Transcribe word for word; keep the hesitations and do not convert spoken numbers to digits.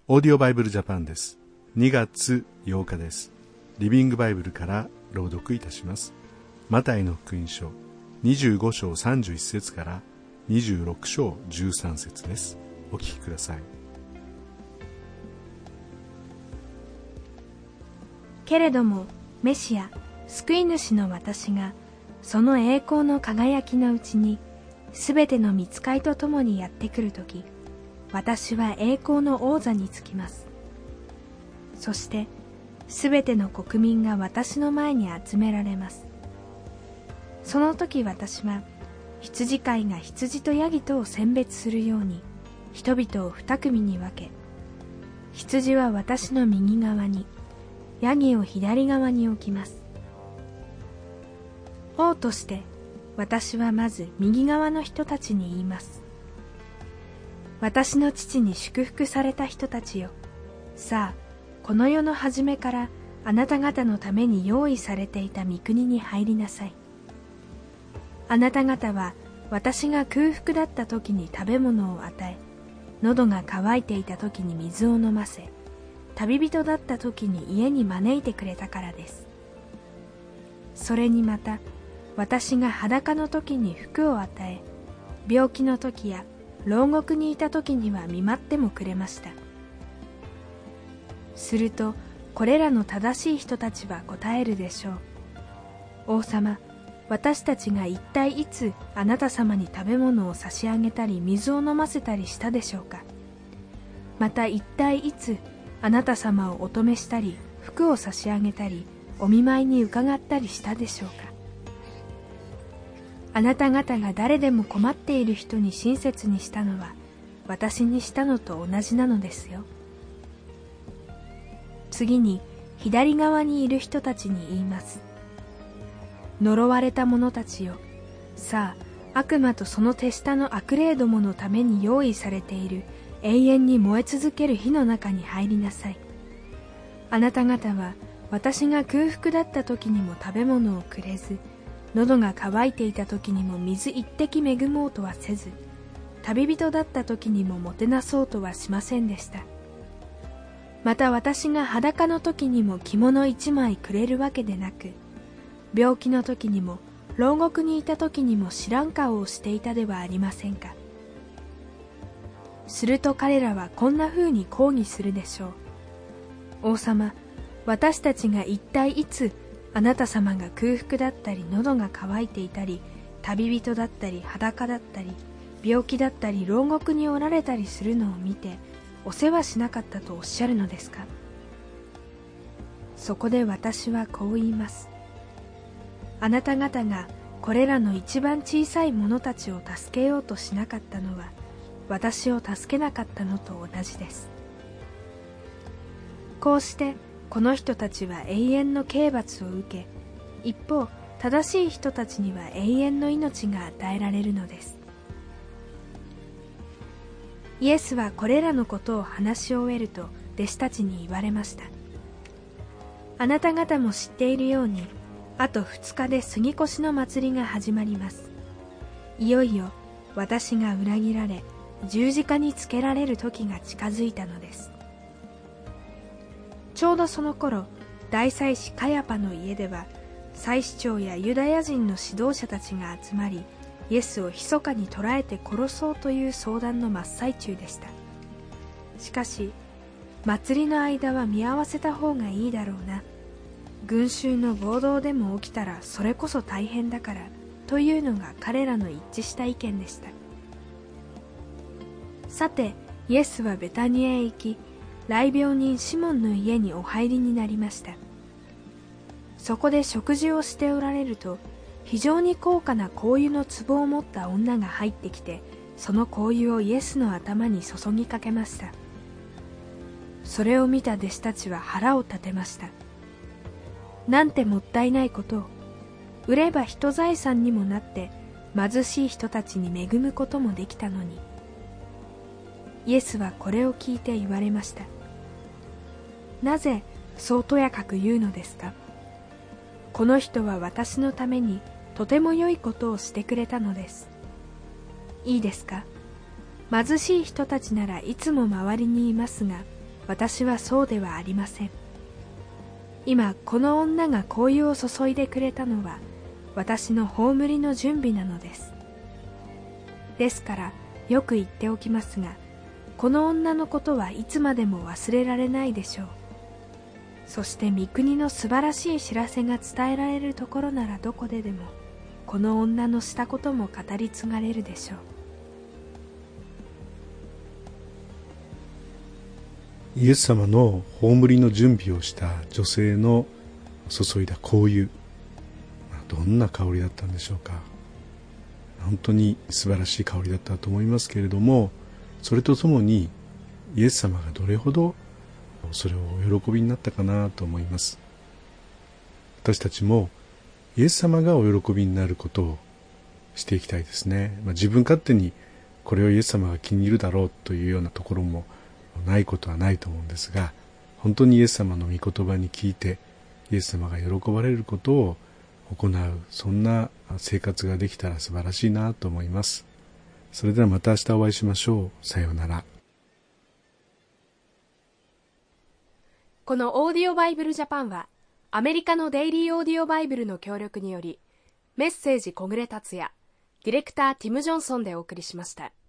オーディオバイブルジャパンです。にがつようかです。リビングバイブルから朗読いたします。マタイの福音書にじゅうごしょうさんじゅういっせつからにじゅうろくしょうじゅうさんせつです。お聞きください。 けれどもメシア救い主の私がその栄光の輝きのうちにすべての御使いと共にやってくるとき、私は栄光の王座につきます。そしてすべての国民が私の前に集められます。その時私は羊飼いが羊とヤギとを選別するように人々を二組に分け、羊は私の右側に、ヤギを左側に置きます。王として私はまず右側の人たちに言います。私の父に祝福された人たちよ、さあこの世の初めからあなた方のために用意されていた御国に入りなさい。あなた方は私が空腹だった時に食べ物を与え、喉が渇いていた時に水を飲ませ、旅人だった時に家に招いてくれたからです。それにまた私が裸の時に服を与え、病気の時や牢獄にいた時には見舞ってもくれました。するとこれらの正しい人たちは答えるでしょう。王様、私たちが一体いつあなた様に食べ物を差し上げたり水を飲ませたりしたでしょうか。また一体いつあなた様をお泊めしたり服を差し上げたりお見舞いに伺ったりしたでしょうか。あなた方が誰でも困っている人に親切にしたのは私にしたのと同じなのですよ。次に左側にいる人たちに言います。呪われた者たちよ、さあ悪魔とその手下の悪霊どものために用意されている永遠に燃え続ける火の中に入りなさい。あなた方は私が空腹だった時にも食べ物をくれず、喉が渇いていた時にも水一滴恵もうとはせず、旅人だった時にももてなそうとはしませんでした。また私が裸の時にも着物一枚くれるわけでなく、病気の時にも牢獄にいた時にも知らん顔をしていたではありませんか。すると彼らはこんなふうに抗議するでしょう。王様、私たちが一体いつあなた様が空腹だったり喉が渇いていたり旅人だったり裸だったり病気だったり牢獄におられたりするのを見てお世話しなかったとおっしゃるのですか。そこで私はこう言います。あなた方がこれらの一番小さい者たちを助けようとしなかったのは私を助けなかったのと同じです。こうしてこの人たちは永遠の刑罰を受け、一方正しい人たちには永遠の命が与えられるのです。イエスはこれらのことを話し終えると弟子たちに言われました。あなた方も知っているように、あとふつかで杉越の祭りが始まります。いよいよ私が裏切られ十字架につけられる時が近づいたのです。ちょうどその頃、大祭司カヤパの家では祭司長やユダヤ人の指導者たちが集まり、イエスを密かに捕らえて殺そうという相談の真っ最中でした。しかし祭りの間は見合わせた方がいいだろうな、群衆の暴動でも起きたらそれこそ大変だからというのが彼らの一致した意見でした。さてイエスはベタニアへ行き、癩病人シモンの家にお入りになりました。そこで食事をしておられると、非常に高価な香油の壺を持った女が入ってきて、その香油をイエスの頭に注ぎかけました。それを見た弟子たちは腹を立てました。なんてもったいないことを、売れば人財産にもなって貧しい人たちに恵むこともできたのに。イエスはこれを聞いて言われました。なぜそうとやかく言うのですか。この人は私のためにとても良いことをしてくれたのです。いいですか。貧しい人たちならいつも周りにいますが、 私はそうではありません。今この女が香油を注いでくれたのは私の葬りの準備なのです。ですからよく言っておきますが、この女のことはいつまでも忘れられないでしょう。そして御国の素晴らしい知らせが伝えられるところならどこででも、この女のしたことも語り継がれるでしょう。イエス様の葬りの準備をした女性の注いだ香油、どんな香りだったんでしょうか。本当に素晴らしい香りだったと思いますけれども、それとともにイエス様がどれほどそれをお喜びになったかなと思います。私たちもイエス様がお喜びになることをしていきたいですね。まあ、自分勝手にこれをイエス様が気に入るだろうというようなところもないことはないと思うんですが、本当にイエス様の御言葉に聞いてイエス様が喜ばれることを行う、そんな生活ができたら素晴らしいなと思います。それではまた明日お会いしましょう。さようなら。 このオーディオバイブルジャパンはアメリカのデイリーオーディオバイブルの協力により、メッセージ小暮達也、ディレクターティム・ジョンソンでお送りしました。